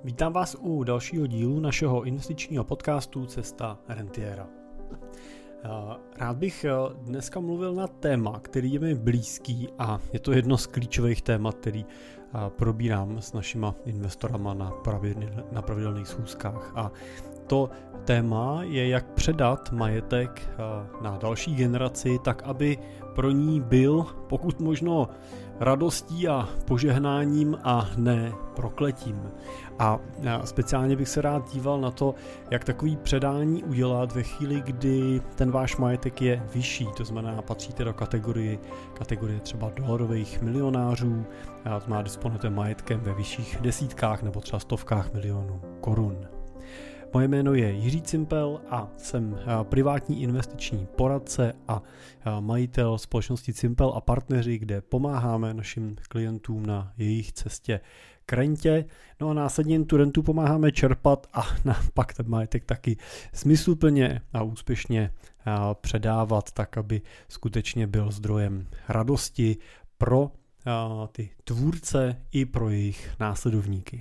Vítám vás u dalšího dílu našeho investičního podcastu Cesta rentiera. Rád bych dneska mluvil na téma, který je mi blízký a je to jedno z klíčových témat, který probírám s našima investorama na pravidelných schůzkách. A to téma je, jak předat majetek na další generaci, tak aby pro ní byl pokud možno radostí a požehnáním a ne prokletím. A speciálně bych se rád díval na to, jak takový předání udělat ve chvíli, kdy ten váš majetek je vyšší, to znamená patříte do kategorie třeba dolarových milionářů, a to má disponujete majetkem ve vyšších desítkách nebo třeba stovkách milionů korun. Moje jméno je Jiří Cimpel a jsem privátní investiční poradce a majitel společnosti Cimpel a partneři, kde pomáháme našim klientům na jejich cestě k rentě. No a následně jim tu rentu pomáháme čerpat a pak ten majetek taky smysluplně a úspěšně předávat tak, aby skutečně byl zdrojem radosti pro ty tvůrce i pro jejich následovníky.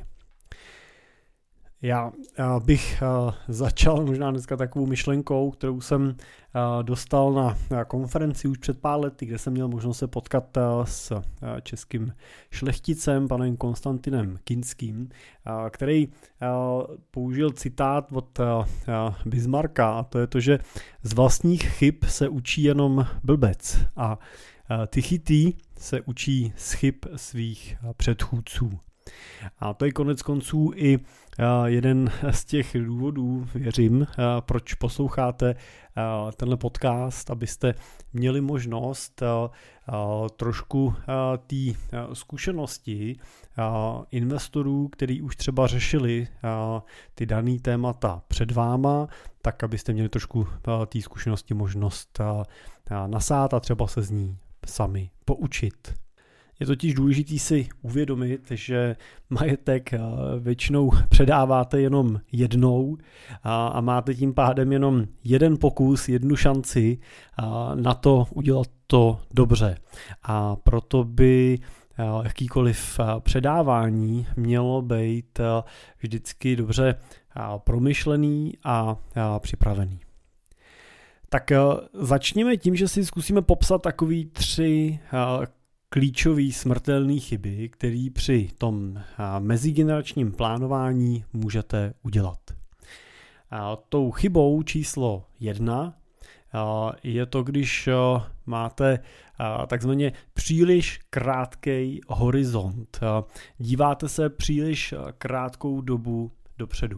Já bych začal možná dneska takovou myšlenkou, kterou jsem dostal na konferenci už před pár lety, kde jsem měl možnost se potkat s českým šlechticem, panem Konstantinem Kinským, který použil citát od Bismarcka, a to je to, že z vlastních chyb se učí jenom blbec a ty chytý se učí z chyb svých předchůdců. A to je konec konců i jeden z těch důvodů, věřím, proč posloucháte tenhle podcast, abyste měli možnost trošku té zkušenosti investorů, který už třeba řešili ty daný témata před váma, tak abyste měli trošku té zkušenosti možnost nasát a třeba se z ní sami poučit. Je totiž důležité si uvědomit, že majetek většinou předáváte jenom jednou a máte tím pádem jenom jeden pokus, jednu šanci na to udělat to dobře. A proto by jakýkoliv předávání mělo být vždycky dobře promyšlený a připravený. Tak začněme tím, že si zkusíme popsat takový 3 klíčové smrtelné chyby, které při tom mezigeneračním plánování můžete udělat. Tou chybou číslo 1 je to, když máte takzvaně příliš krátký horizont. Díváte se příliš krátkou dobu dopředu.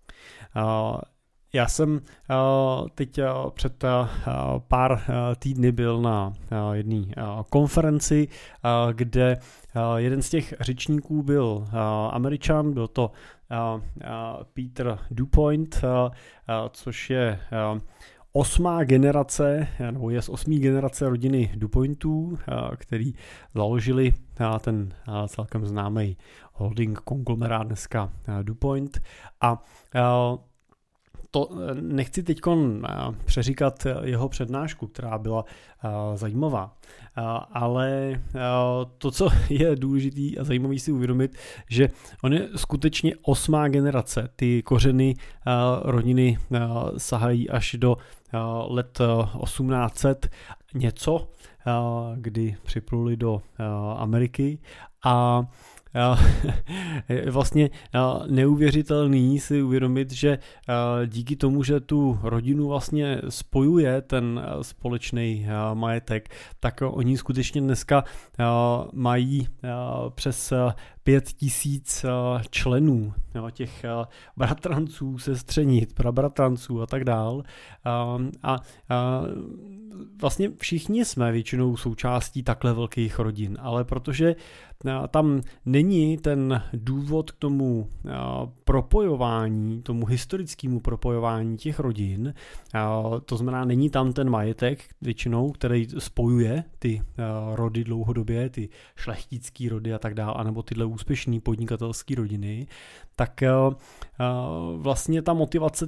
Já jsem teď před pár týdny byl na jedné konferenci, kde jeden z těch řečníků byl Američan, byl to Peter DuPont, což je 8. generace, nebo je z 8. generace rodiny DuPontů, který založili ten celkem známý holding konglomerát dneska DuPont. A to nechci teď přeříkat jeho přednášku, která byla zajímavá, ale to, co je důležitý a zajímavý si uvědomit, že on je skutečně 8. generace. Ty kořeny rodiny sahají až do let 1800 něco, kdy připluli do Ameriky a je vlastně neuvěřitelný si uvědomit, že díky tomu, že tu rodinu vlastně spojuje ten společný majetek, tak oni skutečně dneska mají přes 5000 členů, těch bratranců, sestřenic, prabratranců a tak dál. A vlastně všichni jsme většinou součástí takhle velkých rodin, ale protože tam není ten důvod k tomu propojování, tomu historickému propojování těch rodin, to znamená, není tam ten majetek většinou, který spojuje ty rody dlouhodobě, ty šlechtický rody a tak dále, anebo tyhle úspěšný podnikatelský rodiny, tak vlastně ta motivace ty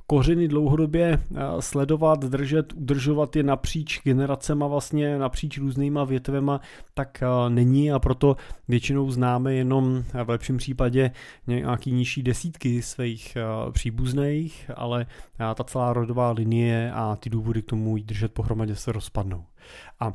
kořeny dlouhodobě sledovat, držet, udržovat je napříč generacema, vlastně napříč různýma větvema, tak není, a proto většinou známe jenom v lepším případě nějaký nižší desítky svých příbuzných, ale ta celá rodová linie a ty důvody k tomu ji držet pohromadě se rozpadnou. A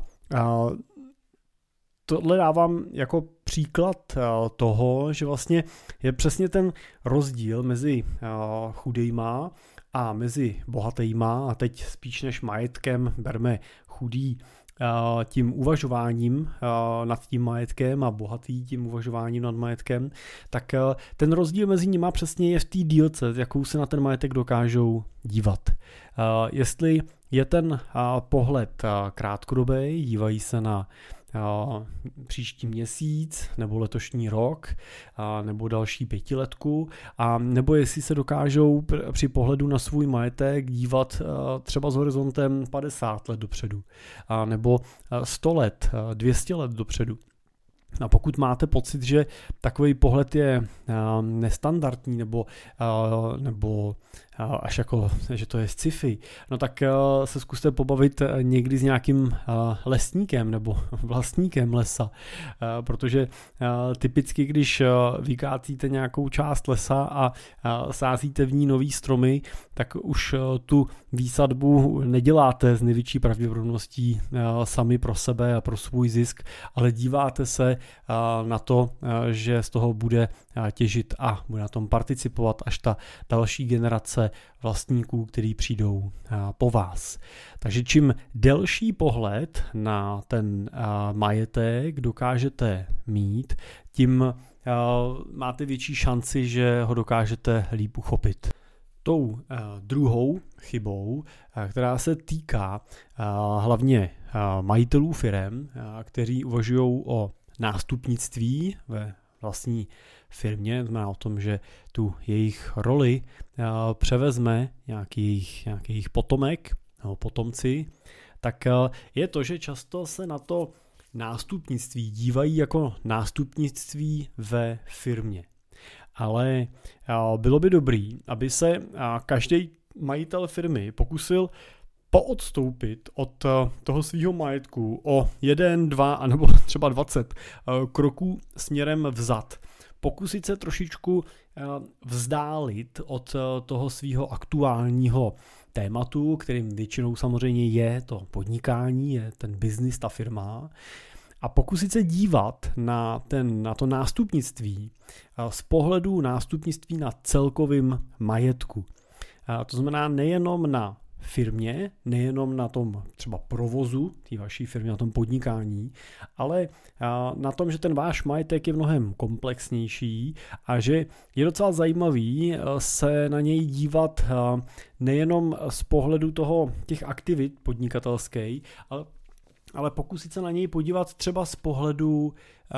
tohle dávám jako příklad toho, že vlastně je přesně ten rozdíl mezi chudejma a mezi bohatýma, a teď spíš než majetkem berme chudý tím uvažováním nad tím majetkem a bohatý tím uvažováním nad majetkem, tak ten rozdíl mezi nimi přesně je v té dílce, jakou se na ten majetek dokážou dívat. Jestli je ten pohled krátkodobý, dívají se na příští měsíc, nebo letošní rok, nebo další 5letku, a nebo jestli se dokážou při pohledu na svůj majetek dívat třeba s horizontem 50 let dopředu, nebo 100 let, 200 let dopředu. A pokud máte pocit, že takový pohled je nestandardní nebo až jako, že to je sci-fi, no tak se zkuste pobavit někdy s nějakým lesníkem nebo vlastníkem lesa, protože typicky, když vykácíte nějakou část lesa a sázíte v ní nový stromy, tak už tu výsadbu neděláte s největší pravděpodobností sami pro sebe a pro svůj zisk, ale díváte se na to, že z toho bude těžit a bude na tom participovat až ta další generace vlastníků, kteří přijdou po vás. Takže čím delší pohled na ten majetek dokážete mít, tím máte větší šanci, že ho dokážete líp uchopit. Tou druhou chybou, která se týká hlavně majitelů firem, kteří uvažují o nástupnictví ve vlastní firmě, znamená o tom, že tu jejich roli převezme nějaký jejich potomek nebo potomci, tak je to, že často se na to nástupnictví dívají jako nástupnictví ve firmě. Ale bylo by dobrý, aby se každý majitel firmy pokusil poodstoupit od toho svého majetku o 1, 2 nebo třeba 20 kroků směrem vzad. Pokusit se trošičku vzdálit od toho svého aktuálního tématu, kterým většinou samozřejmě je to podnikání, je ten biznis, ta firma, a pokusit se dívat na to nástupnictví z pohledu nástupnictví na celkovým majetku. To znamená nejenom na firmě, nejenom na tom třeba provozu té vaší firmy, na tom podnikání, ale na tom, že ten váš majetek je mnohem komplexnější a že je docela zajímavý se na něj dívat nejenom z pohledu těch aktivit podnikatelských, ale pokusit se na něj podívat třeba z pohledu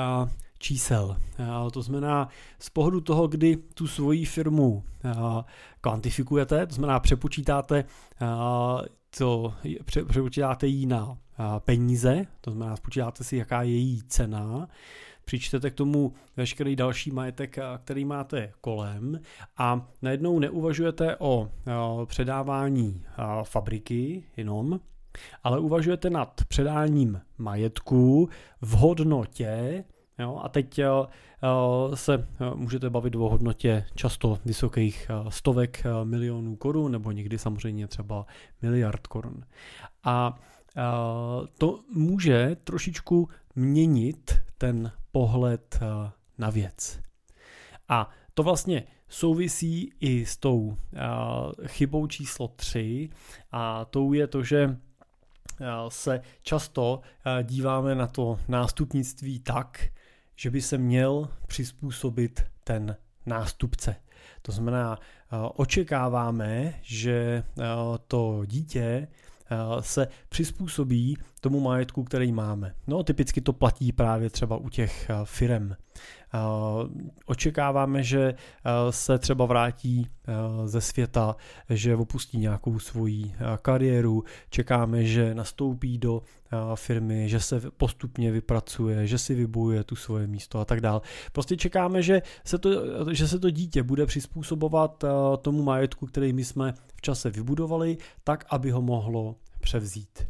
čísel. To znamená z pohledu toho, kdy tu svoji firmu kvantifikujete, to znamená přepočítáte ji na peníze, to znamená spočítáte si, jaká je její cena, přičtete k tomu veškerý další majetek, který máte kolem, a najednou neuvažujete o předávání fabriky jenom, ale uvažujete nad předáním majetku v hodnotě, jo, a teď se můžete bavit o hodnotě často vysokých stovek milionů korun, nebo někdy samozřejmě třeba miliard korun. A to může trošičku měnit ten pohled na věc. A to vlastně souvisí i s tou chybou číslo 3, a tou je to, že se často díváme na to nástupnictví tak, že by se měl přizpůsobit ten nástupce. To znamená, očekáváme, že to dítě se přizpůsobí tomu majetku, který máme. No, typicky to platí právě třeba u těch firem. Očekáváme, že se třeba vrátí ze světa, že opustí nějakou svoji kariéru, čekáme, že nastoupí do firmy, že se postupně vypracuje, že si vybojuje tu svoje místo a tak dále. Prostě čekáme, že se to dítě bude přizpůsobovat tomu majetku, který my jsme v čase vybudovali, tak, aby ho mohlo převzít.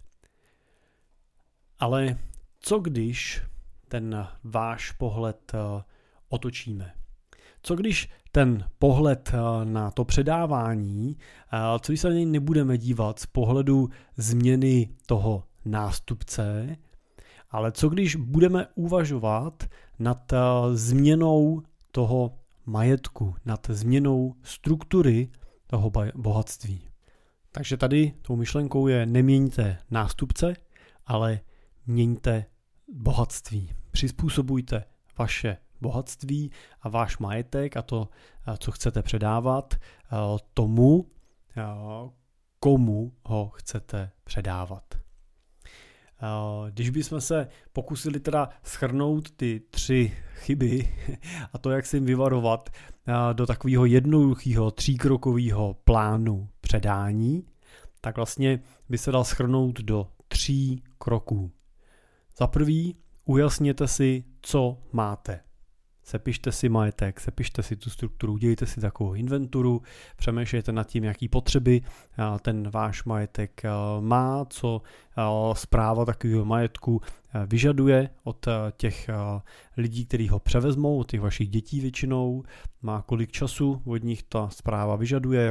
Ale co když ten váš pohled otočíme? Co když ten pohled na to předávání, co když se na něj nebudeme dívat z pohledu změny toho nástupce, ale co když budeme uvažovat nad změnou toho majetku, nad změnou struktury toho bohatství? Takže tady tou myšlenkou je neměňte nástupce, ale měňte bohatství. Přizpůsobujte vaše bohatství a váš majetek a to, co chcete předávat, tomu, komu ho chcete předávat. Když bychom se pokusili teda shrnout ty 3 chyby a to, jak se jim vyvarovat do takového jednoduchého 3krokového plánu předání, tak vlastně by se dal shrnout do 3 kroků. Za prvý, ujasněte si, co máte. Sepište si majetek, sepište si tu strukturu, udělejte si takovou inventuru, přemýšlejte nad tím, jaký potřeby ten váš majetek má, co správa takového majetku vyžaduje od těch lidí, kteří ho převezmou, od těch vašich dětí většinou, má kolik času od nich ta správa vyžaduje,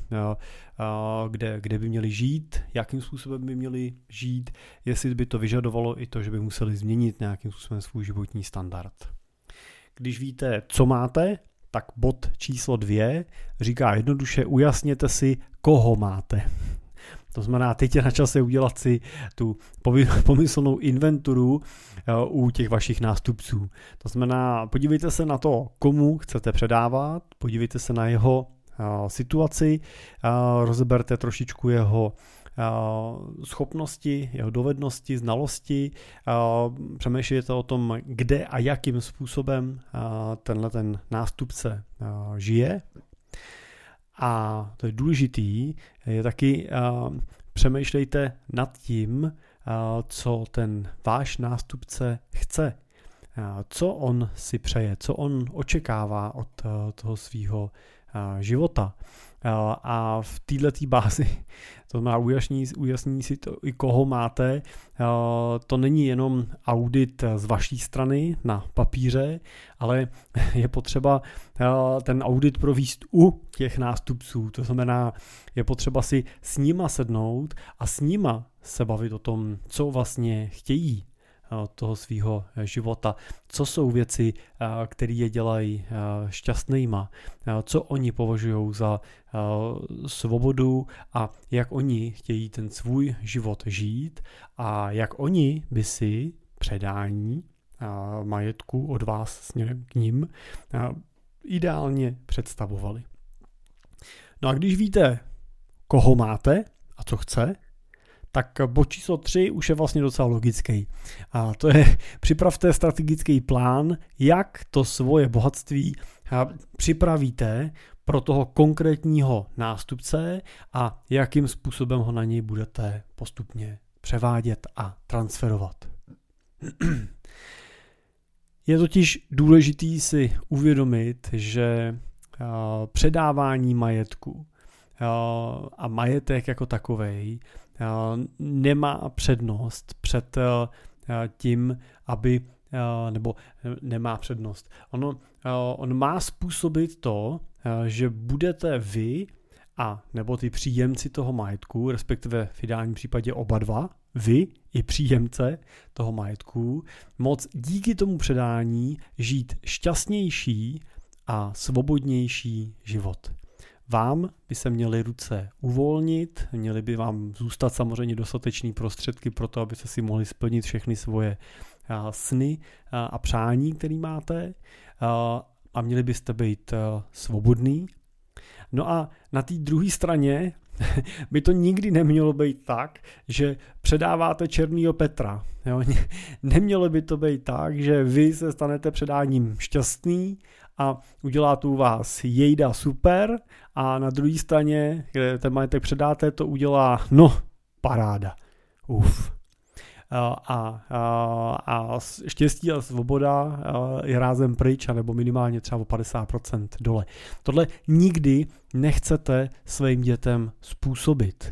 kde by měli žít, jakým způsobem by měli žít, jestli by to vyžadovalo i to, že by museli změnit nějakým způsobem svůj životní standard. Když víte, co máte, tak bod číslo 2 říká jednoduše ujasněte si, koho máte. To znamená, teď je na čase udělat si tu pomyslnou inventuru u těch vašich nástupců. To znamená, podívejte se na to, komu chcete předávat, podívejte se na jeho situaci, rozeberte trošičku jeho schopnosti, jeho dovednosti, znalosti, přemýšlejte o tom, kde a jakým způsobem ten nástupce žije. A to je důležitý, je taky přemýšlejte nad tím, co ten váš nástupce chce, co on si přeje, co on očekává od toho svého života. A v této bázi, to znamená ujasní si to, i koho máte, to není jenom audit z vaší strany na papíře, ale je potřeba ten audit provést u těch nástupců. To znamená, je potřeba si s nima sednout a s nima se bavit o tom, co vlastně chtějí toho svého života, co jsou věci, které je dělají šťastnýma, co oni považují za svobodu a jak oni chtějí ten svůj život žít a jak oni by si předání majetku od vás směrem k nim ideálně představovali. No a když víte, koho máte a co chce, tak bod číslo 3 už je vlastně docela logický. A to je, připravte strategický plán, jak to svoje bohatství připravíte pro toho konkrétního nástupce a jakým způsobem ho na něj budete postupně převádět a transferovat. Je totiž důležitý si uvědomit, že předávání majetku a majetek jako takovej nemá přednost před tím, aby, nebo nemá přednost. On má způsobit to, že budete vy a nebo ty příjemci toho majetku, respektive v ideálním případě oba dva, vy i příjemce toho majetku, moc díky tomu předání žít šťastnější a svobodnější život. Vám by se měly ruce uvolnit, měly by vám zůstat samozřejmě dostatečné prostředky pro to, abyste si mohli splnit všechny svoje sny a přání, které máte, a měli byste být svobodný. No a na té druhé straně by to nikdy nemělo být tak, že předáváte černýho Petra. Jo? Nemělo by to být tak, že vy se stanete předáním šťastný a udělá tu u vás jejda super a na druhé straně, kde ten majetek předáte, to udělá paráda. A štěstí a svoboda je rázem pryč, nebo minimálně třeba o 50% dole. Tohle nikdy nechcete svým dětem způsobit.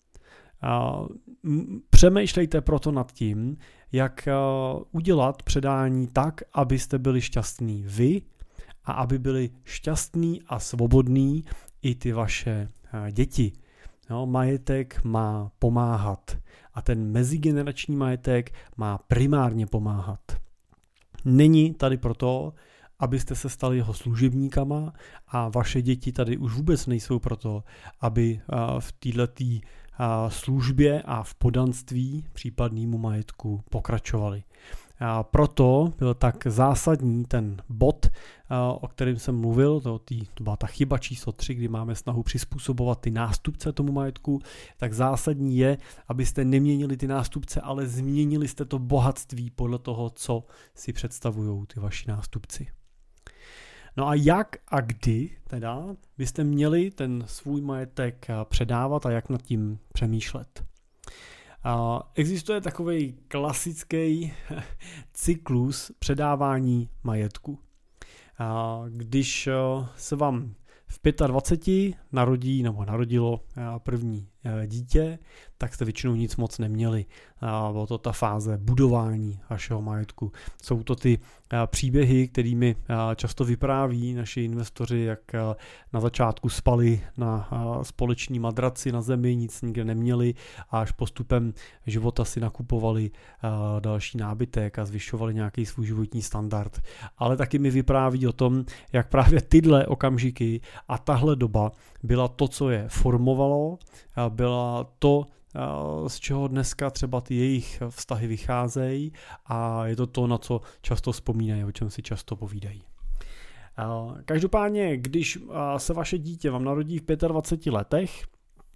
Přemýšlejte proto nad tím, jak udělat předání tak, abyste byli šťastní vy a aby byli šťastní a svobodní i ty vaše děti. Majetek má pomáhat a ten mezigenerační majetek má primárně pomáhat. Není tady proto, abyste se stali jeho služebníkama a vaše děti tady už vůbec nejsou proto, aby v této službě a v poddanství případnému majetku pokračovali. A proto byl tak zásadní ten bod, o kterém jsem mluvil, to byla ta chyba číslo 3, kdy máme snahu přizpůsobovat ty nástupce tomu majetku, tak zásadní je, abyste neměnili ty nástupce, ale změnili jste to bohatství podle toho, co si představují ty vaši nástupci. No a jak a kdy teda byste měli ten svůj majetek předávat a jak nad tím přemýšlet? Existuje takový klasický cyklus předávání majetku. Když se vám v 25 narodilo první dítě, tak jste většinou nic moc neměli. Byla to ta fáze budování vašeho majetku. Jsou to ty příběhy, kterými často vypráví naši investoři, jak na začátku spali na společný madraci na zemi, nic nikde neměli a až postupem života si nakupovali další nábytek a zvyšovali nějaký svůj životní standard. Ale taky mi vypráví o tom, jak právě tyhle okamžiky a tahle doba byla to, co je formovalo, byla to, z čeho dneska třeba ty jejich vztahy vycházejí a je to to, na co často vzpomínají, o čem si často povídají. Každopádně, když se vaše dítě vám narodí v 25 letech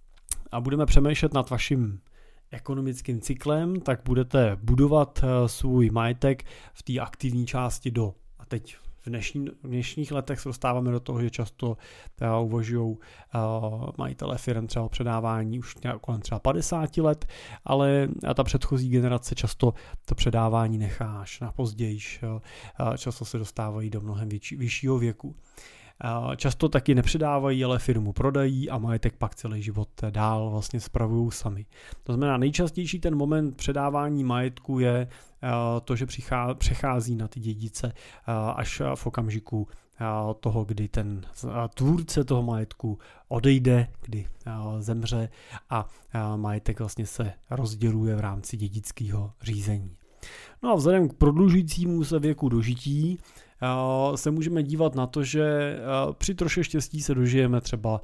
a budeme přemýšlet nad vaším ekonomickým cyklem, tak budete budovat svůj majetek v té aktivní části a teď v dnešních letech se dostáváme do toho, že často uvažují majitelé firm třeba o předávání už kolem třeba 50 let, ale ta předchozí generace často to předávání nechá až na pozdějiš, často se dostávají do mnohem vyššího věku. Často taky nepředávají, ale firmu prodají a majetek pak celý život dál vlastně spravují sami. To znamená, nejčastější ten moment předávání majetku je to, že přechází na ty dědice až v okamžiku toho, kdy ten tvůrce toho majetku odejde, kdy zemře a majetek vlastně se rozděluje v rámci dědického řízení. No a vzhledem k prodlužujícímu se věku dožití se můžeme dívat na to, že při troše štěstí se dožijeme třeba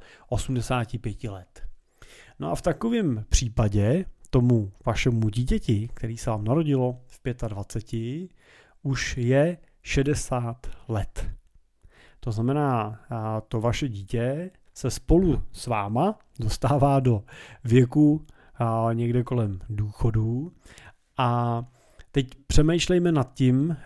85 let. No a v takovém případě tomu vašemu dítěti, který se vám narodilo v 25, už je 60 let. To znamená, to vaše dítě se spolu s váma dostává do věku někde kolem důchodu a teď přemýšlejme nad tím,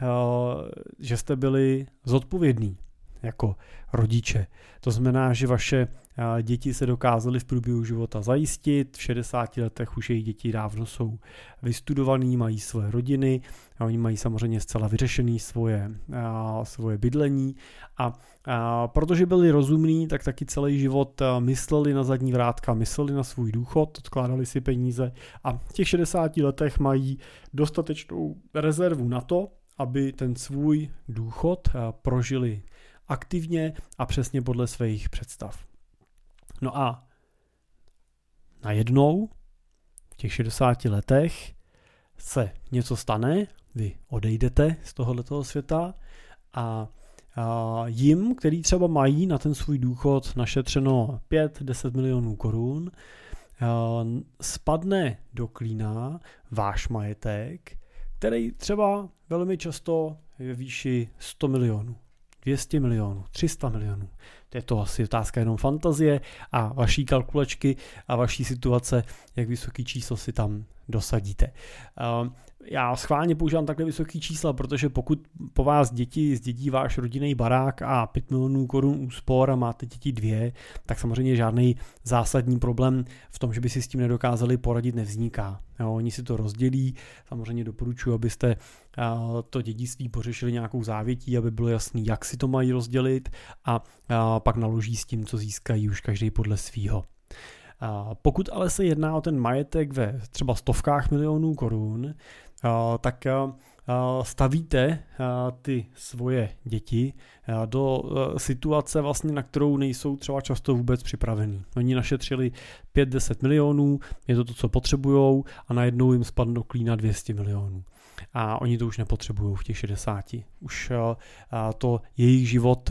že jste byli zodpovědní jako rodiče. To znamená, že vaše děti se dokázaly v průběhu života zajistit, v 60 letech už jejich děti dávno jsou vystudovaný, mají svoje rodiny, a oni mají samozřejmě zcela vyřešené svoje bydlení a protože byli rozumní, tak taky celý život mysleli na zadní vrátka, mysleli na svůj důchod, odkládali si peníze a v těch 60 letech mají dostatečnou rezervu na to, aby ten svůj důchod prožili aktivně a přesně podle svých představ. No a najednou v těch 60 letech se něco stane, vy odejdete z tohoto světa a jim, který třeba mají na ten svůj důchod našetřeno 5-10 milionů korun, spadne do klína váš majetek, který třeba velmi často je ve výši 100 milionů. 200 milionů, 300 milionů. To je to asi otázka jenom fantazie a vaší kalkulačky a vaší situace, jak vysoký číslo si tam dosadíte. Já schválně používám takhle vysoký čísla, protože pokud po vás děti zdědí váš rodinný barák a 5 milionů korun úspor a máte děti 2, tak samozřejmě žádný zásadní problém v tom, že by si s tím nedokázali poradit, nevzniká. Jo, oni si to rozdělí, samozřejmě doporučuji, abyste to dědictví pořešili nějakou závětí, aby bylo jasný, jak si to mají rozdělit a pak naloží s tím, co získají už každý podle svýho. Pokud ale se jedná o ten majetek ve třeba stovkách milionů korun, tak stavíte ty svoje děti do situace, vlastně, na kterou nejsou třeba často vůbec připravený. Oni našetřili 5-10 milionů, je to, co potřebujou a najednou jim spadne do klína 200 milionů. A oni to už nepotřebují v těch 60. Už to jejich život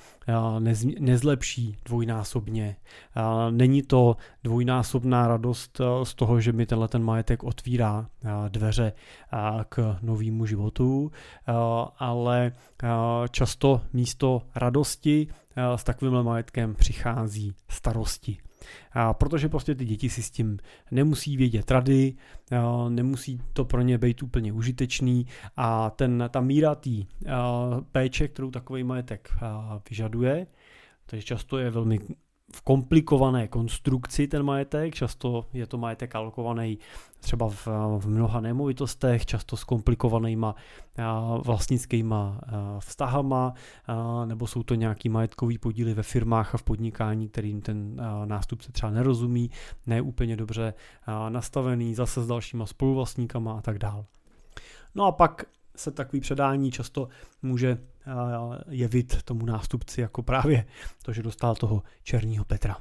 nezlepší dvojnásobně. Není to dvojnásobná radost z toho, že mi ten majetek otvírá dveře k novému životu, ale často místo radosti s takovýmhle majetkem přichází starosti. Protože prostě ty děti si s tím nemusí vědět rady, nemusí to pro ně být úplně užitečný a ta míra té péče, kterou takový majetek vyžaduje, takže často je velmi v komplikované konstrukci ten majetek, často je to majetek alokovaný třeba v mnoha nemovitostech, často s komplikovanýma vlastnickýma vztahama, nebo jsou to nějaký majetkový podíly ve firmách a v podnikání, kterým ten nástupce třeba nerozumí, ne úplně dobře nastavený, zase s dalšíma spoluvlastníkama a tak dál. No a pak se takový předání často může jevit tomu nástupci jako právě to, že dostal toho černého Petra.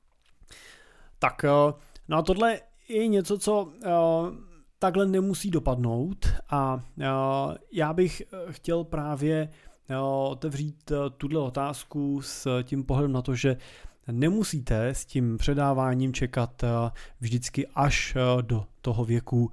Tak, no a tohle je něco, co takhle nemusí dopadnout a já bych chtěl právě otevřít tuhle otázku s tím pohledem na to, že nemusíte s tím předáváním čekat vždycky až do toho věku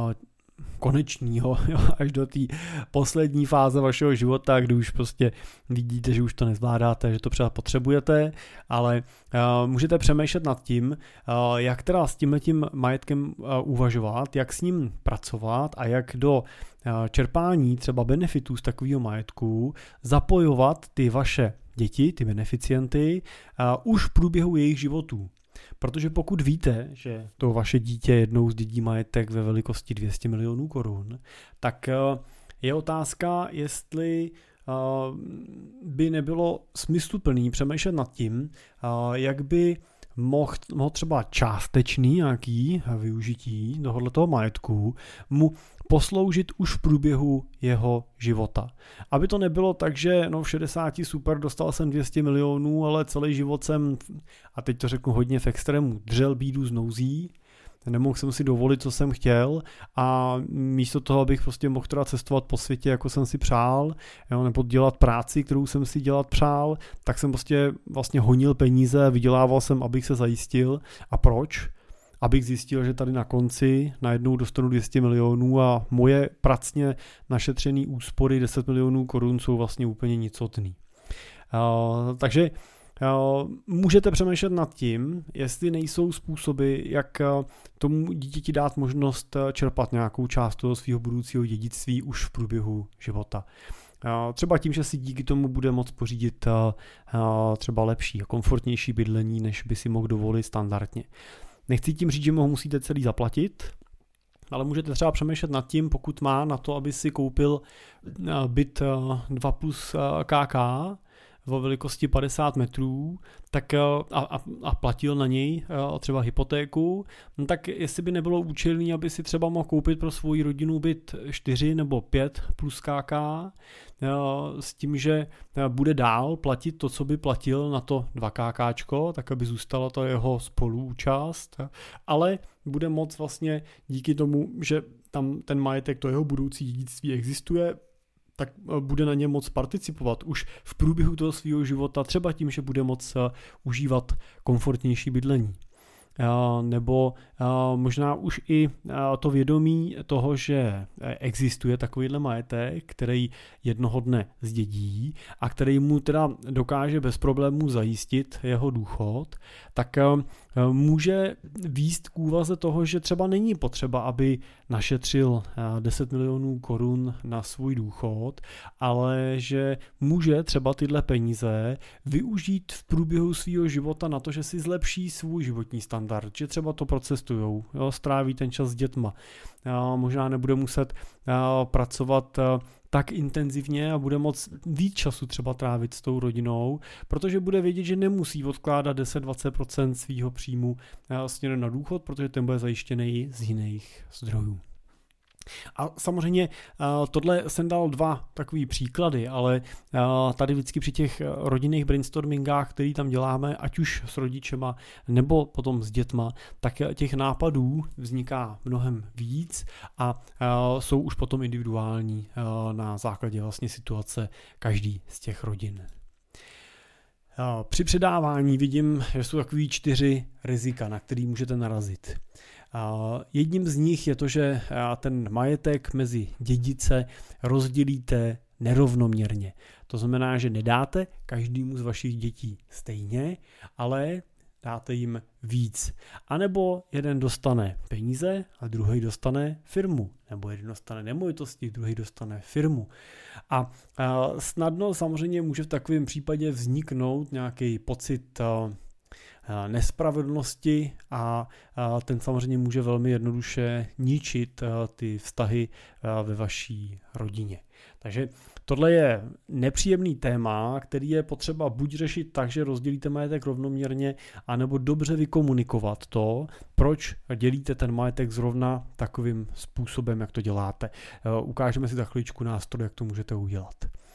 konečního, až do té poslední fáze vašeho života, kdy už prostě vidíte, že už to nezvládáte, že to třeba potřebujete, ale můžete přemýšlet nad tím, jak teda s tímhletím majetkem uvažovat, jak s ním pracovat a jak do čerpání třeba benefitů z takového majetku zapojovat ty vaše děti, ty beneficienty, už v průběhu jejich životů. Protože pokud víte, že to vaše dítě jednou zdědí majetek ve velikosti 200 milionů korun, tak je otázka, jestli by nebylo smysluplný přemýšlet nad tím, jak by mohl třeba částečný nějaký využití tohoto majetku mu posloužit už v průběhu jeho života. Aby to nebylo tak, že v 60 super, dostal jsem 200 milionů, ale celý život jsem, a teď to řeknu hodně v extrému, dřel bídu z nouzí, nemohl jsem si dovolit, co jsem chtěl a místo toho, abych prostě mohl teda cestovat po světě, jako jsem si přál, nebo dělat práci, kterou jsem si dělat přál, tak jsem prostě vlastně honil peníze, vydělával jsem, abych se zajistil. A proč? Abych zjistil, že tady na konci najednou dostanu 200 milionů a moje pracně našetřené úspory 10 milionů korun jsou vlastně úplně nicotný. Takže můžete přemýšlet nad tím, jestli nejsou způsoby, jak tomu dítěti dát možnost čerpat nějakou část toho svého budoucího dědictví už v průběhu života. Třeba tím, že si díky tomu bude moct pořídit třeba lepší a komfortnější bydlení, než by si mohl dovolit standardně. Nechci tím říct, že ho musíte celý zaplatit, ale můžete třeba přemýšlet nad tím, pokud má na to, aby si koupil byt 2+ KK vo velikosti 50 metrů tak a platil na něj třeba hypotéku, tak jestli by nebylo účelný, aby si třeba mohl koupit pro svou rodinu byt 4 nebo 5 plus KK, s tím, že bude dál platit to, co by platil na to 2 KKčko, tak aby zůstala to jeho spoluúčast, ale bude moc vlastně díky tomu, že tam ten majetek, to jeho budoucí dědictví existuje, tak bude na ně moc participovat už v průběhu toho svého života, třeba tím, že bude moc užívat komfortnější bydlení. nebo možná už i to vědomí toho, že existuje takovýhle majetek, který jednoho dne zdědí a který mu teda dokáže bez problémů zajistit jeho důchod, tak může vést k úvaze toho, že třeba není potřeba, aby našetřil 10 milionů korun na svůj důchod, ale že může třeba tyhle peníze využít v průběhu svého života na to, že si zlepší svůj životní standard, že třeba to procestujou, stráví ten čas s dětma, možná nebude muset pracovat tak intenzivně a bude moct víc času třeba trávit s tou rodinou, protože bude vědět, že nemusí odkládat 10-20% svýho příjmu směrem na důchod, protože ten bude zajištěný z jiných zdrojů. A samozřejmě tohle jsem dal 2 takový příklady, ale tady vždycky při těch rodinných brainstormingách, který tam děláme, ať už s rodičema nebo potom s dětma, tak těch nápadů vzniká mnohem víc a jsou už potom individuální na základě vlastně situace každý z těch rodin. Při předávání vidím, že jsou takový 4 rizika, na který můžete narazit. Jedním z nich je to, že ten majetek mezi dědice rozdělíte nerovnoměrně. To znamená, že nedáte každému z vašich dětí stejně, ale dáte jim víc. A nebo jeden dostane peníze a druhý dostane firmu. Nebo jeden dostane nemovitosti, druhý dostane firmu. A snadno samozřejmě může v takovém případě vzniknout nějaký pocit nespravedlnosti a ten samozřejmě může velmi jednoduše ničit ty vztahy ve vaší rodině. Takže tohle je nepříjemný téma, který je potřeba buď řešit tak, že rozdělíte majetek rovnoměrně, anebo dobře vykomunikovat to, proč dělíte ten majetek zrovna takovým způsobem, jak to děláte. Ukážeme si za chviličku nástroj, jak to můžete udělat.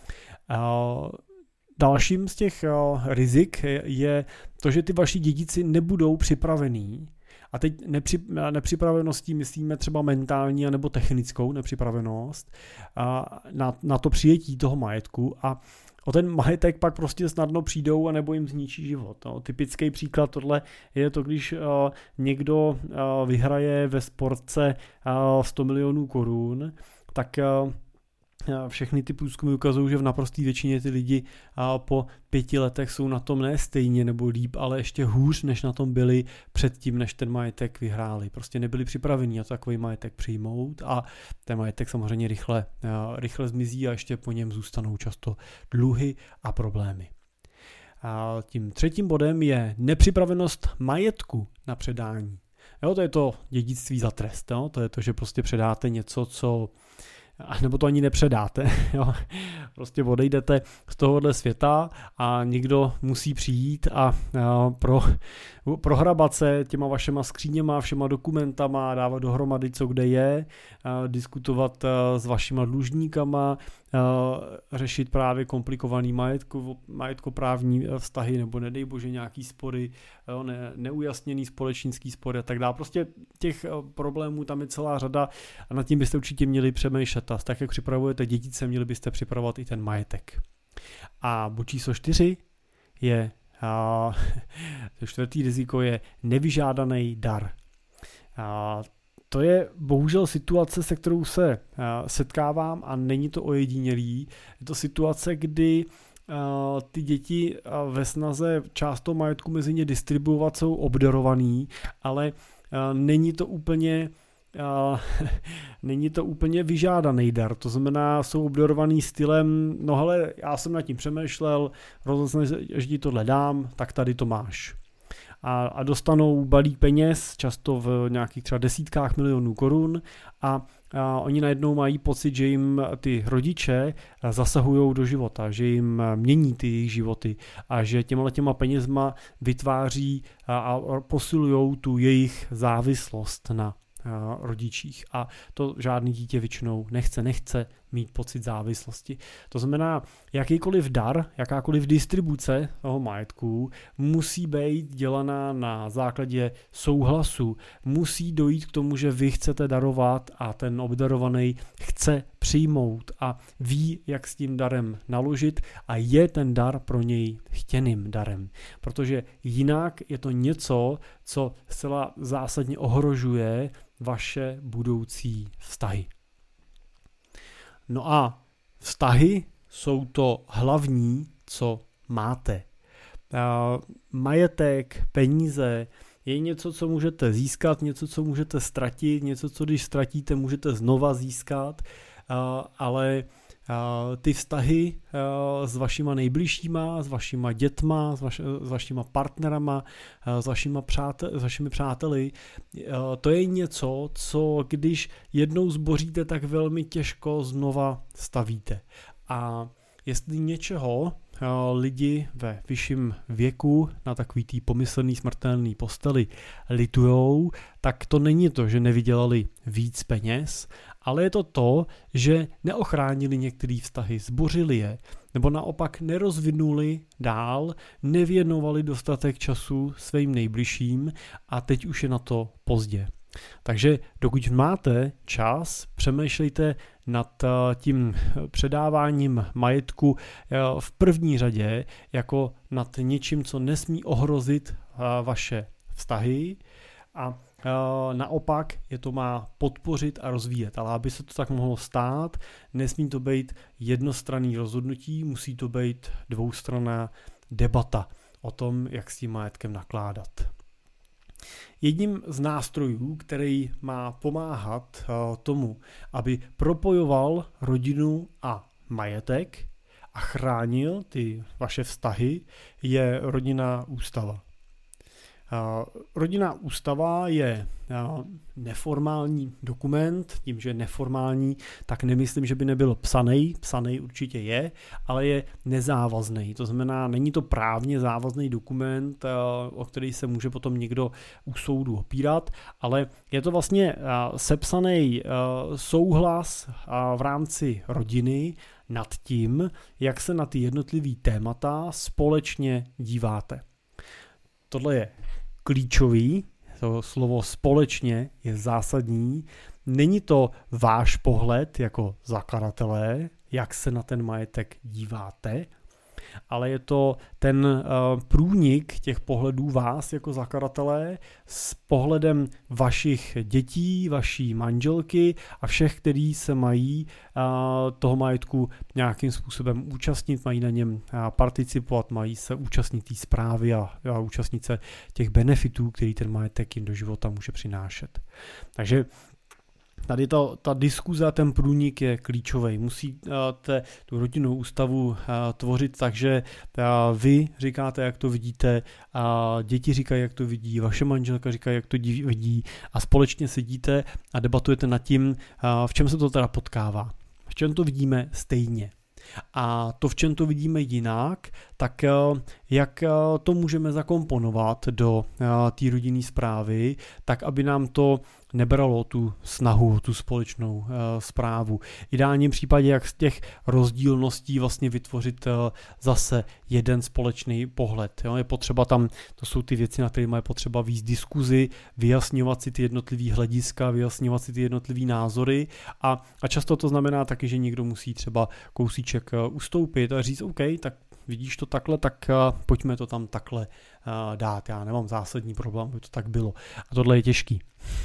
Dalším z těch rizik je to, že ty vaši dědici nebudou připravení. A teď nepřipraveností myslíme třeba mentální nebo technickou nepřipravenost na to přijetí toho majetku a o ten majetek pak prostě snadno přijdou a nebo jim zničí život. Typický příklad tohle je to, když někdo vyhraje ve sportce 100 milionů korun, tak všechny ty průzkumy ukazují, že v naprosté většině ty lidi po 5 letech jsou na tom ne stejně nebo líp, ale ještě hůř, než na tom byli předtím, než ten majetek vyhráli. Prostě nebyli připraveni na takový majetek přijmout a ten majetek samozřejmě rychle zmizí a ještě po něm zůstanou často dluhy a problémy. A tím 3. bodem je nepřipravenost majetku na předání. Jo, to je to dědictví za trest. Jo? To je to, že prostě předáte něco, co nebo to ani nepředáte. Jo. Prostě odejdete z tohohle světa a někdo musí přijít a prohrabat se těma vašema skříněma, všema dokumentama, dávat dohromady, co kde je, diskutovat s vašima dlužníkama, řešit právě komplikovaný majetkoprávní vztahy nebo nedej bože nějaký spory, neujasněný společenský spory a tak dále. Prostě těch problémů tam je celá řada a nad tím byste určitě měli přemýšlet. A tak jak připravujete dědice, měli byste připravovat i ten majetek. A bod číslo 4 je to 4. riziko je nevyžádaný dar. To je bohužel situace, se kterou se setkávám a není to ojedinělý. Je to situace, kdy ty děti ve snaze část toho majetku mezi ně distribuovat jsou obdarovaný, ale není to úplně vyžádaný dar, to znamená, jsou obdarovaný stylem, no hele, já jsem nad tím přemýšlel, rozhodl jsem, že ti tohle dám, tak tady to máš. A dostanou balík peněz, často v nějakých třeba desítkách milionů korun a oni najednou mají pocit, že jim ty rodiče zasahují do života, že jim mění ty jejich životy a že těma penězma vytváří a posilujou tu jejich závislost na rodičích a to žádný dítě většinou nechce, mít pocit závislosti. To znamená, jakýkoliv dar, jakákoliv distribuce toho majetku musí být dělaná na základě souhlasu. Musí dojít k tomu, že vy chcete darovat a ten obdarovaný chce přijmout a ví, jak s tím darem naložit a je ten dar pro něj chtěným darem. Protože jinak je to něco, co zcela zásadně ohrožuje vaše budoucí vztahy. No a vztahy jsou to hlavní, co máte. Majetek, peníze je něco, co můžete získat, něco, co můžete ztratit, něco, co když ztratíte, můžete znova získat, ale ty vztahy s vašima nejbližšíma, s vašima dětma, s vašima partnerama, s vašimi přáteli, to je něco, co když jednou zboříte, tak velmi těžko znova stavíte. A jestli něčeho lidi ve vyšším věku na takový tý pomyslný smrtelný posteli litujou, tak to není to, že nevydělali víc peněz, ale je to, že neochránili některé vztahy, zbořili je, nebo naopak nerozvinuli dál, nevěnovali dostatek času svým nejbližším a teď už je na to pozdě. Takže dokud máte čas, přemýšlejte nad tím předáváním majetku v první řadě jako nad něčím, co nesmí ohrozit vaše vztahy a naopak je to má podpořit a rozvíjet. Ale aby se to tak mohlo stát, nesmí to být jednostranný rozhodnutí, musí to být dvoustranná debata o tom, jak s tím majetkem nakládat. Jedním z nástrojů, který má pomáhat tomu, aby propojoval rodinu a majetek a chránil ty vaše vztahy, je rodinná ústava. Rodinná ústava je neformální dokument, tím, že je neformální, tak nemyslím, že by nebyl psaný určitě je, ale je nezávazný. To znamená, není to právně závazný dokument, o který se může potom někdo u soudu opírat, ale je to vlastně sepsaný souhlas v rámci rodiny nad tím, jak se na ty jednotlivý témata společně díváte. Tohle je klíčový, to slovo společně je zásadní. Není to váš pohled jako zakladatelé, jak se na ten majetek díváte, ale je to ten průnik těch pohledů vás jako zakladatelé s pohledem vašich dětí, vaší manželky a všech, kteří se mají toho majetku nějakým způsobem účastnit, mají na něm participovat, mají se účastnit té správy a účastnit se těch benefitů, který ten majetek jim do života může přinášet. Takže tady ta diskuze a ten průnik je klíčový. Musíte tu rodinnou ústavu tvořit tak, že vy říkáte, jak to vidíte, děti říkají, jak to vidí, vaše manželka říká, jak to vidí a společně sedíte a debatujete nad tím, v čem se to teda potkává. V čem to vidíme stejně. A to, v čem to vidíme jinak, tak jak to můžeme zakomponovat do té rodinné správy, tak aby nám to nebralo tu snahu, tu společnou správu. V ideálním případě, jak z těch rozdílností vlastně vytvořit zase jeden společný pohled. Jo? Je potřeba tam, to jsou ty věci, na které je potřeba víc diskuzi, vyjasňovat si ty jednotlivý hlediska, vyjasňovat si ty jednotlivý názory a často to znamená taky, že někdo musí třeba kousíček ustoupit a říct OK, tak vidíš to takhle, tak pojďme to tam takhle dát. Já nemám zásadní problém, aby to tak bylo. A tohle je těžký.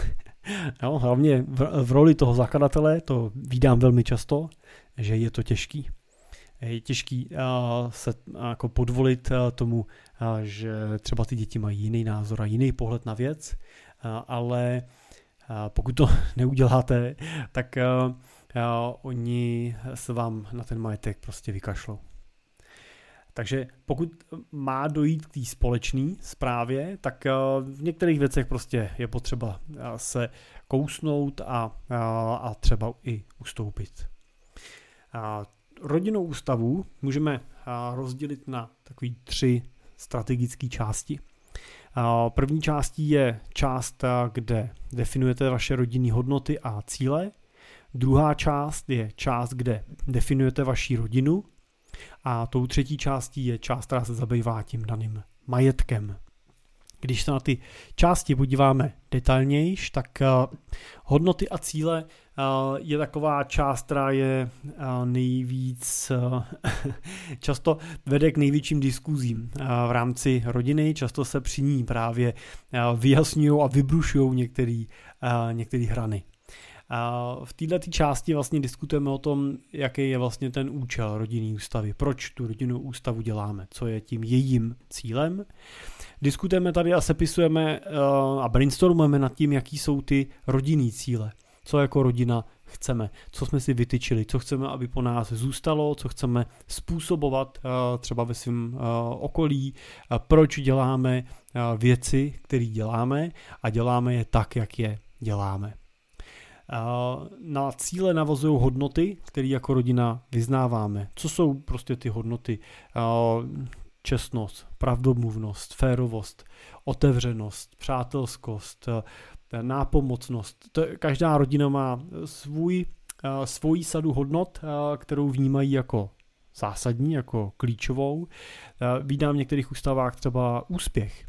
No, hlavně v roli toho zakladatele to vídám velmi často, že je to těžký. Je těžký se jako podvolit tomu, že třeba ty děti mají jiný názor a jiný pohled na věc, ale pokud to neuděláte, tak oni se vám na ten majetek prostě vykašlou. Takže pokud má dojít k té společné správě, tak v některých věcech prostě je potřeba se kousnout a třeba i ustoupit. Rodinnou ústavu můžeme rozdělit na takové 3 strategické části. První částí je část, kde definujete vaše rodinné hodnoty a cíle. Druhá část je část, kde definujete vaši rodinu a tou třetí částí je část, která se zabývá tím daným majetkem. Když se na ty části podíváme detailnějš, tak hodnoty a cíle je taková část, která je nejvíc, často vede k největším diskuzím v rámci rodiny, často se při ní právě vyjasňují a vybrušují některé hrany. V této části vlastně diskutujeme o tom, jaký je vlastně ten účel rodinné ústavy, proč tu rodinnou ústavu děláme, co je tím jejím cílem. Diskutujeme tady a sepisujeme a brainstormujeme nad tím, jaký jsou ty rodinný cíle, co jako rodina chceme, co jsme si vytyčili, co chceme, aby po nás zůstalo, co chceme způsobovat třeba ve svém okolí, proč děláme věci, které děláme a děláme je tak, jak je děláme. Na cíle navazují hodnoty, které jako rodina vyznáváme. Co jsou prostě ty hodnoty? Čestnost, pravdomluvnost, férovost, otevřenost, přátelskost, nápomocnost. Každá rodina má svoji sadu hodnot, kterou vnímají jako zásadní, jako klíčovou. Vídám v některých ústavách třeba úspěch.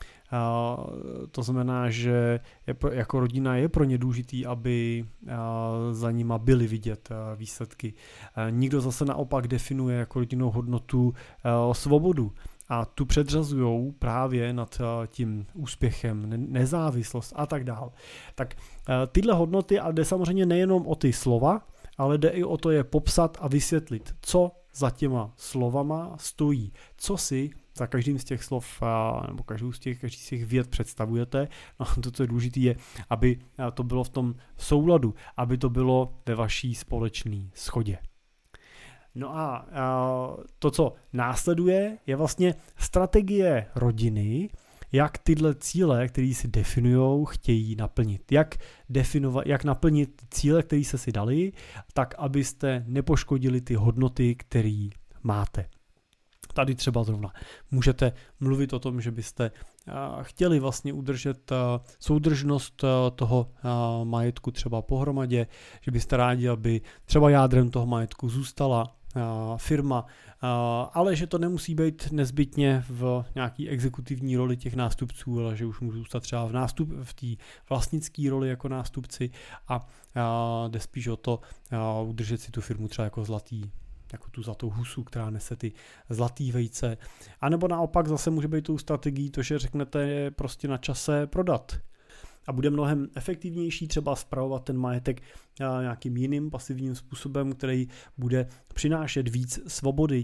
To znamená, že jako rodina je pro ně důležitý, aby za nima byly vidět výsledky. Nikdo zase naopak definuje jako rodinnou hodnotu svobodu a tu předřazujou právě nad tím úspěchem, nezávislost a tak dál. Tak tyhle hodnoty, a jde samozřejmě nejenom o ty slova, ale jde i o to je popsat a vysvětlit, co za těma slovama stojí, co si za každým z těch slov nebo každý z těch vět představujete. No, to, co je důležité, je, aby to bylo v tom souladu, aby to bylo ve vaší společné shodě. No a to, co následuje, je vlastně strategie rodiny, jak tyhle cíle, které si definujou, chtějí naplnit. Jak naplnit cíle, které se si dali, tak abyste nepoškodili ty hodnoty, které máte. Tady třeba zrovna můžete mluvit o tom, že byste chtěli vlastně udržet soudržnost toho majetku třeba pohromadě, že byste rádi, aby třeba jádrem toho majetku zůstala firma, ale že to nemusí být nezbytně v nějaký exekutivní roli těch nástupců, ale že už můžu zůstat třeba v té vlastnické roli jako nástupci a jde spíš o to udržet si tu firmu třeba jako jako tu zlatou husu, která nese ty zlatý vejce. A nebo naopak zase může být tou strategií to, že řeknete je prostě na čase prodat. A bude mnohem efektivnější třeba spravovat ten majetek nějakým jiným pasivním způsobem, který bude přinášet víc svobody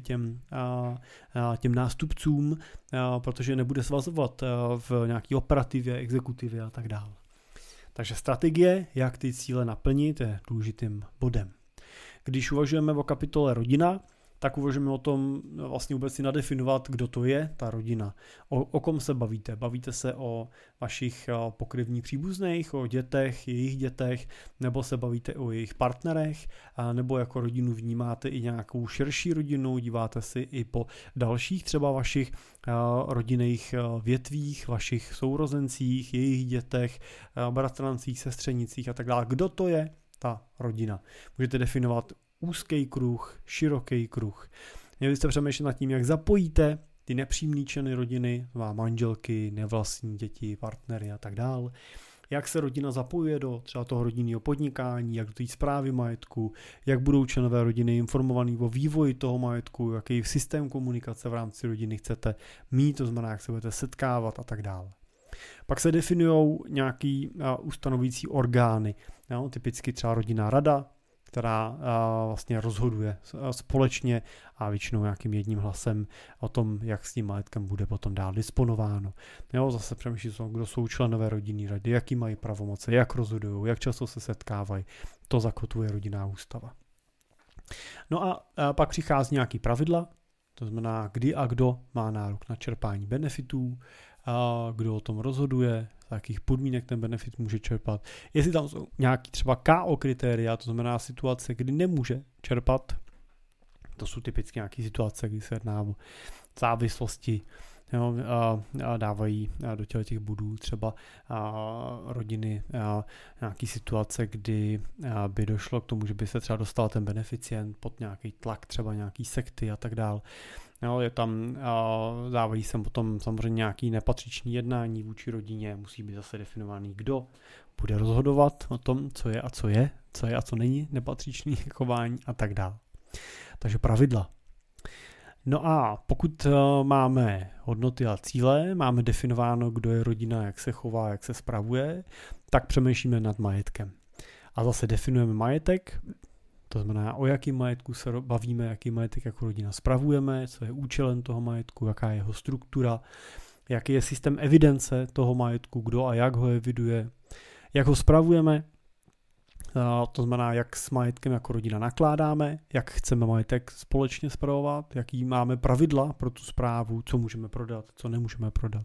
těm nástupcům, protože nebude svazovat v nějaké operativě, exekutivě a tak dále. Takže strategie, jak ty cíle naplnit, je důležitým bodem. Když uvažujeme o kapitole rodina, tak uvažujeme o tom vlastně vůbec si nadefinovat, kdo to je ta rodina. O kom se bavíte? Bavíte se o vašich pokryvních příbuzných, o dětech, jejich dětech, nebo se bavíte o jejich partnerech, nebo jako rodinu vnímáte i nějakou širší rodinu, díváte si i po dalších třeba vašich rodinných větvích, vašich sourozencích, jejich dětech, bratrancích, sestřenicích a tak dále. Kdo to je ta rodina? Můžete definovat úzký kruh, široký kruh. Měli jste přemýšlet nad tím, jak zapojíte ty nepřímý členy rodiny, manželky, nevlastní děti, partnery a tak dál. Jak se rodina zapojuje do třeba toho rodinného podnikání, jak do té správy majetku, jak budou členové rodiny informovaní o vývoji toho majetku, jaký systém komunikace v rámci rodiny chcete mít, to znamená, jak se budete setkávat a tak dále. Pak se definují nějaký ustanovující orgány, typicky třeba rodinná rada, která vlastně rozhoduje společně a většinou nějakým jedním hlasem o tom, jak s tím majetkem bude potom dál disponováno. Zase přemýšlí, kdo jsou členové rodinné rady, jaký mají pravomoce, jak rozhodují, jak často se setkávají. To zakotvuje rodinná ústava. No a pak přichází nějaký pravidla, to znamená, kdy a kdo má nárok na čerpání benefitů, kdo o tom rozhoduje, za jakých podmínek ten benefit může čerpat. Jestli tam jsou nějaký třeba KO kritéria, to znamená situace, kdy nemůže čerpat, to jsou typicky nějaké situace, kdy se jedná o závislosti, jo, a dávají do těch bodů třeba rodiny nějaký situace, kdy by došlo k tomu, že by se třeba dostal ten beneficient pod nějaký tlak, třeba nějaký sekty a tak dál. Jo, je tam, dávají se potom samozřejmě nějaký nepatřičný jednání vůči rodině, musí být zase definovaný, kdo bude rozhodovat o tom, co je a co není nepatřičný chování a tak dále. Takže pravidla. No a pokud máme hodnoty a cíle, máme definováno, kdo je rodina, jak se chová, jak se spravuje, tak přemýšlíme nad majetkem. A zase definujeme majetek, to znamená, o jakým majetku se bavíme, jaký majetek jako rodina spravujeme, co je účelem toho majetku, jaká je jeho struktura, jaký je systém evidence toho majetku, kdo a jak ho eviduje, jak ho spravujeme, to znamená, jak s majetkem jako rodina nakládáme, jak chceme majetek společně spravovat, jaký máme pravidla pro tu správu, co můžeme prodat, co nemůžeme prodat.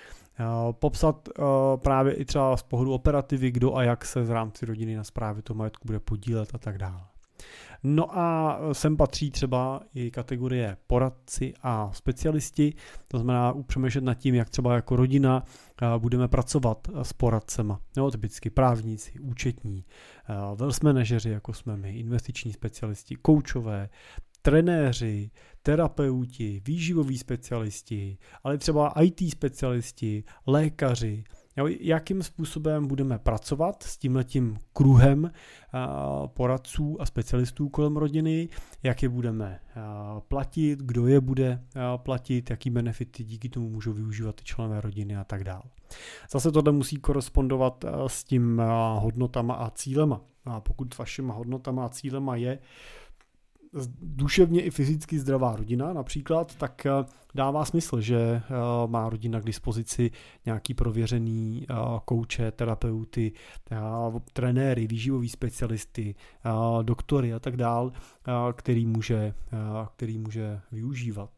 Popsat právě i třeba z pohledu operativy, kdo a jak se v rámci rodiny na správě toho majetku bude podílet a tak dále. No a sem patří třeba i kategorie poradci a specialisti, to znamená upřemýšlet nad tím, jak třeba jako rodina budeme pracovat s poradcema. No, typicky právníci, účetní, wealth manažeři, jako jsme my, investiční specialisti, koučové, trenéři, terapeuti, výživoví specialisti, ale třeba IT specialisti, lékaři. Jakým způsobem budeme pracovat s tímhletím kruhem poradců a specialistů kolem rodiny, jak je budeme platit, kdo je bude platit, jaký benefity díky tomu můžou využívat ty členové rodiny a tak dále. Zase tohle musí korespondovat s tím hodnotama a cílema. A pokud vašima hodnotama a cílema je duševně i fyzicky zdravá rodina například, tak dává smysl, že má rodina k dispozici nějaký prověřený kouče, terapeuty, trenéry, výživový specialisty, doktory a tak dál, který může využívat.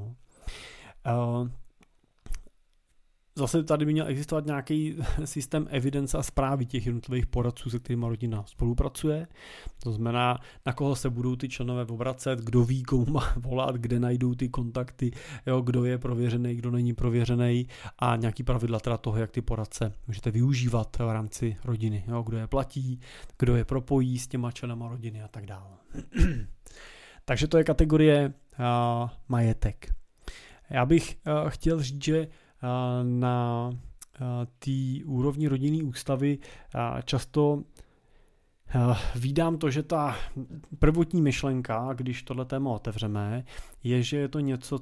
Zase tady by měl existovat nějaký systém evidence a správy těch jednotlivých poradců, se kterými rodina spolupracuje. To znamená, na koho se budou ty členové obracet, kdo ví, komu má volat, kde najdou ty kontakty, jo, kdo je prověřený, kdo není prověřený a nějaký pravidla teda toho, jak ty poradce můžete využívat v rámci rodiny. Jo, kdo je platí, kdo je propojí s těma členama rodiny a tak dále. Takže to je kategorie majetek. Já bych chtěl říct, že na té úrovni rodinné ústavy často vídám to, že ta prvotní myšlenka, když tohle téma otevřeme, je, že je to něco,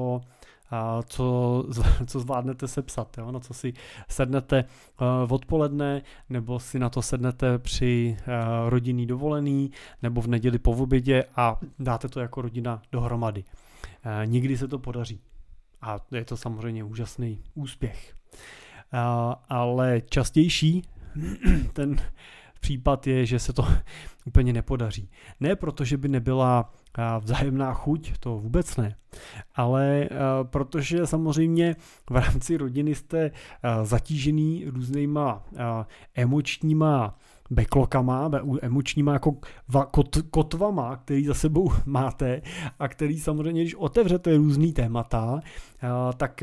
co zvládnete sepsat, jo? Na co si sednete odpoledne, nebo si na to sednete při rodinný dovolený, nebo v neděli po obědě a dáte to jako rodina dohromady. Nikdy se to podaří. A je to samozřejmě úžasný úspěch. Ale častější ten případ je, že se to úplně nepodaří. Ne proto, že by nebyla vzájemná chuť, to vůbec ne, ale protože samozřejmě v rámci rodiny jste zatížený různýma emočníma backlockama, emočníma jako kotvama, který za sebou máte a který samozřejmě, když otevřete různý témata, tak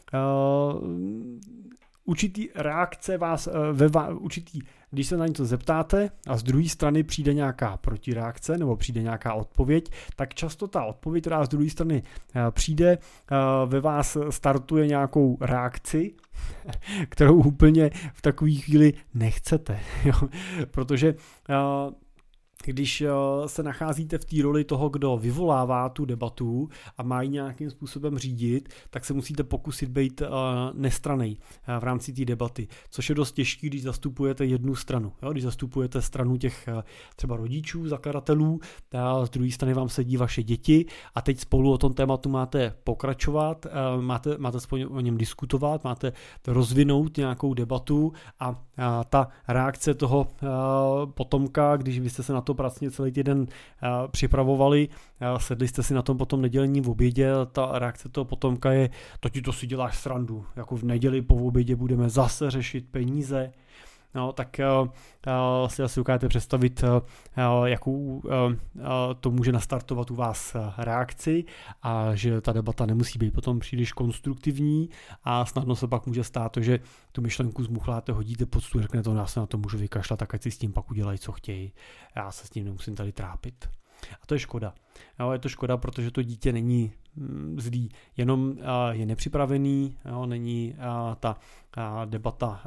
určitý reakce vás, když se na něco zeptáte a z druhé strany přijde nějaká protireakce nebo přijde nějaká odpověď, tak často ta odpověď, která z druhé strany přijde, ve vás startuje nějakou reakci, kterou úplně v takové chvíli nechcete. Jo? Protože když se nacházíte v té roli toho, kdo vyvolává tu debatu a má ji nějakým způsobem řídit, tak se musíte pokusit být nestranný v rámci té debaty, což je dost těžké, když zastupujete jednu stranu. Jo? Když zastupujete stranu těch třeba rodičů, zakladatelů, a z druhé strany vám sedí vaše děti a teď spolu o tom tématu máte pokračovat, máte spolu o něm diskutovat, máte rozvinout nějakou debatu a ta reakce toho potomka, když vy jste se na to pracně celý týden připravovali, sedli jste si na tom potom nedělním obědě, ta reakce toho potomka je, to si děláš srandu, jako v neděli po obědě budeme zase řešit peníze, no, tak si asi dokážete představit, jakou to může nastartovat u vás reakci a že ta debata nemusí být potom příliš konstruktivní a snadno se pak může stát to, že tu myšlenku zmuchláte, hodíte pod stůl, řeknete to, já se na to můžu vykašlat, tak ať si s tím pak udělají, co chtějí. Já se s tím nemusím tady trápit. A to je škoda. Jo, je to škoda, protože to dítě není zlý, jenom je nepřipravený, jo, není ta debata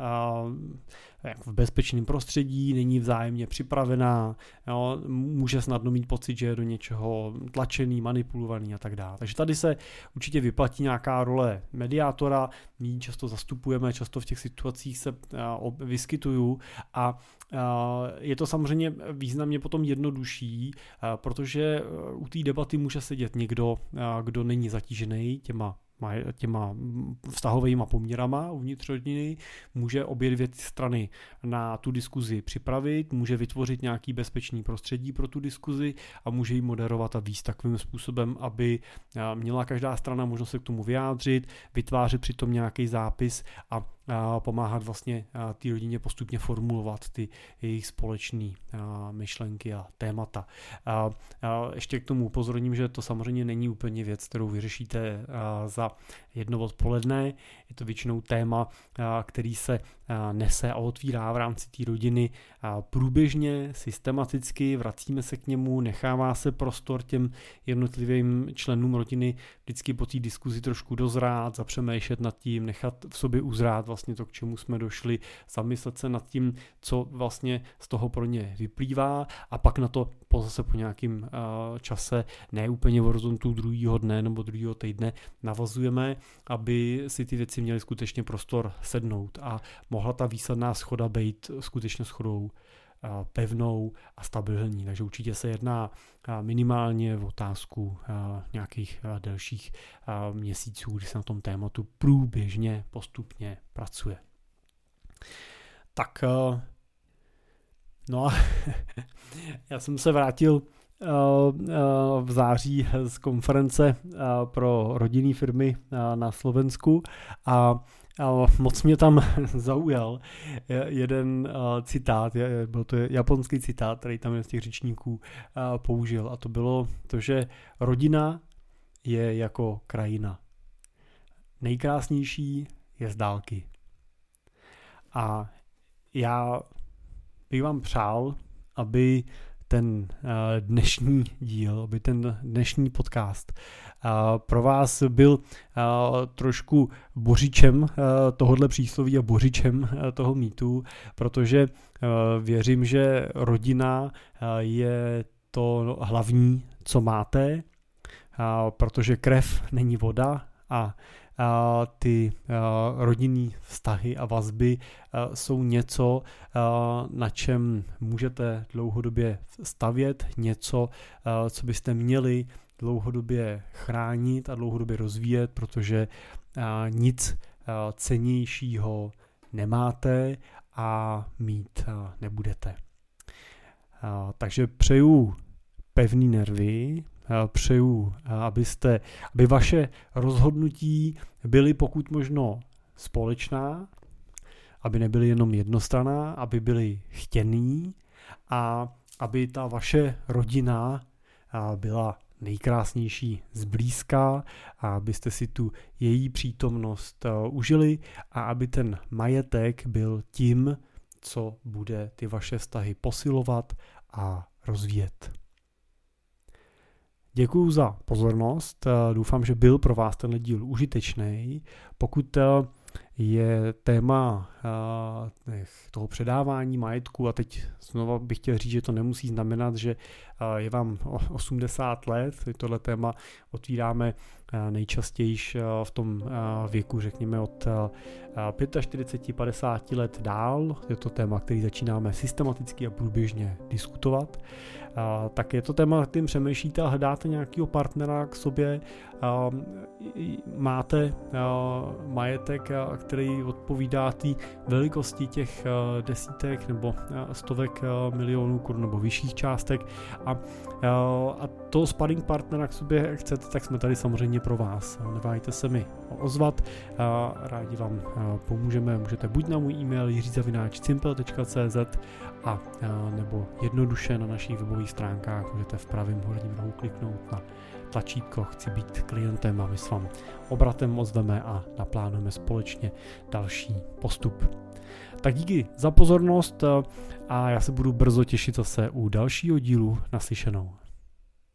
v bezpečném prostředí, není vzájemně připravená, jo, může snadno mít pocit, že je do něčeho tlačený, manipulovaný a tak dále. Takže tady se určitě vyplatí nějaká role mediátora, my ji často zastupujeme, často v těch situacích se vyskytuju a je to samozřejmě významně potom jednodušší, protože u té debaty může sedět někdo, kdo není zatížený těma vztahovými poměrama uvnitř rodiny, může obě dvě strany na tu diskuzi připravit, může vytvořit nějaký bezpečný prostředí pro tu diskuzi a může ji moderovat a vést takovým způsobem, aby měla každá strana možnost se k tomu vyjádřit, vytvářet přitom nějaký zápis a pomáhat vlastně té rodině postupně formulovat ty jejich společné myšlenky a témata. Ještě k tomu upozorním, že to samozřejmě není úplně věc, kterou vyřešíte za jedno odpoledne. Je to většinou téma, který se nese a otvírá v rámci té rodiny průběžně, systematicky, vracíme se k němu, nechává se prostor těm jednotlivým členům rodiny vždycky po té diskuzi trošku dozrát, zapřemýšlet nad tím, nechat v sobě uzrát vlastně to, k čemu jsme došli, zamyslet se nad tím, co vlastně z toho pro ně vyplývá a pak na to zase po nějakým čase, ne úplně v horizontu druhého dne nebo druhého týdne, navazujeme, aby si ty věci měly skutečně prostor sednout a mohla ta výsledná shoda být skutečně shodou pevnou a stabilní. Takže určitě se jedná minimálně v otázku nějakých delších měsíců, kdy se na tom tématu průběžně postupně pracuje. Tak no a já jsem se vrátil v září z konference pro rodinné firmy na Slovensku a moc mě tam zaujal jeden citát, byl to japonský citát, který tam z těch řečníků použil a to bylo to, že rodina je jako krajina. Nejkrásnější je z dálky. A já bych vám přál, aby ten dnešní díl, aby ten dnešní podcast pro vás byl trošku bořičem tohodle přísloví a bořičem toho mýtu, protože věřím, že rodina je to hlavní, co máte, protože krev není voda a ty rodinné vztahy a vazby jsou něco, na čem můžete dlouhodobě stavět, něco, co byste měli dlouhodobě chránit a dlouhodobě rozvíjet, protože nic cennějšího nemáte a mít nebudete. Takže přeju pevný nervy, přeju, aby vaše rozhodnutí byly pokud možno společná, aby nebyly jenom jednostranná, aby byly chtěný a aby ta vaše rodina byla nejkrásnější zblízka a abyste si tu její přítomnost užili a aby ten majetek byl tím, co bude ty vaše vztahy posilovat a rozvíjet. Děkuju za pozornost, doufám, že byl pro vás tenhle díl užitečný. Pokud je téma toho předávání majetku, a teď znova bych chtěl říct, že to nemusí znamenat, že je vám 80 let, tohle téma otvíráme nejčastěji v tom věku, řekněme od 45-50 let dál, je to téma, který začínáme systematicky a průběžně diskutovat, tak je to téma, kterým přemýšlíte a hledáte nějakého partnera k sobě, máte majetek, který odpovídá té velikosti těch desítek nebo stovek milionů korun nebo vyšších částek a toho sparring partnera k sobě chcete, tak jsme tady samozřejmě pro vás. Neváhejte se mi ozvat, rádi vám pomůžeme, můžete buď na můj e-mail jiří@simple.cz a nebo jednoduše na našich webových stránkách můžete v pravém horním rohu kliknout na tlačítko Chci být klientem a my s vám obratem ozveme a naplánujeme společně další postup. Tak díky za pozornost a já se budu brzo těšit zase u dalšího dílu. Naslyšenou.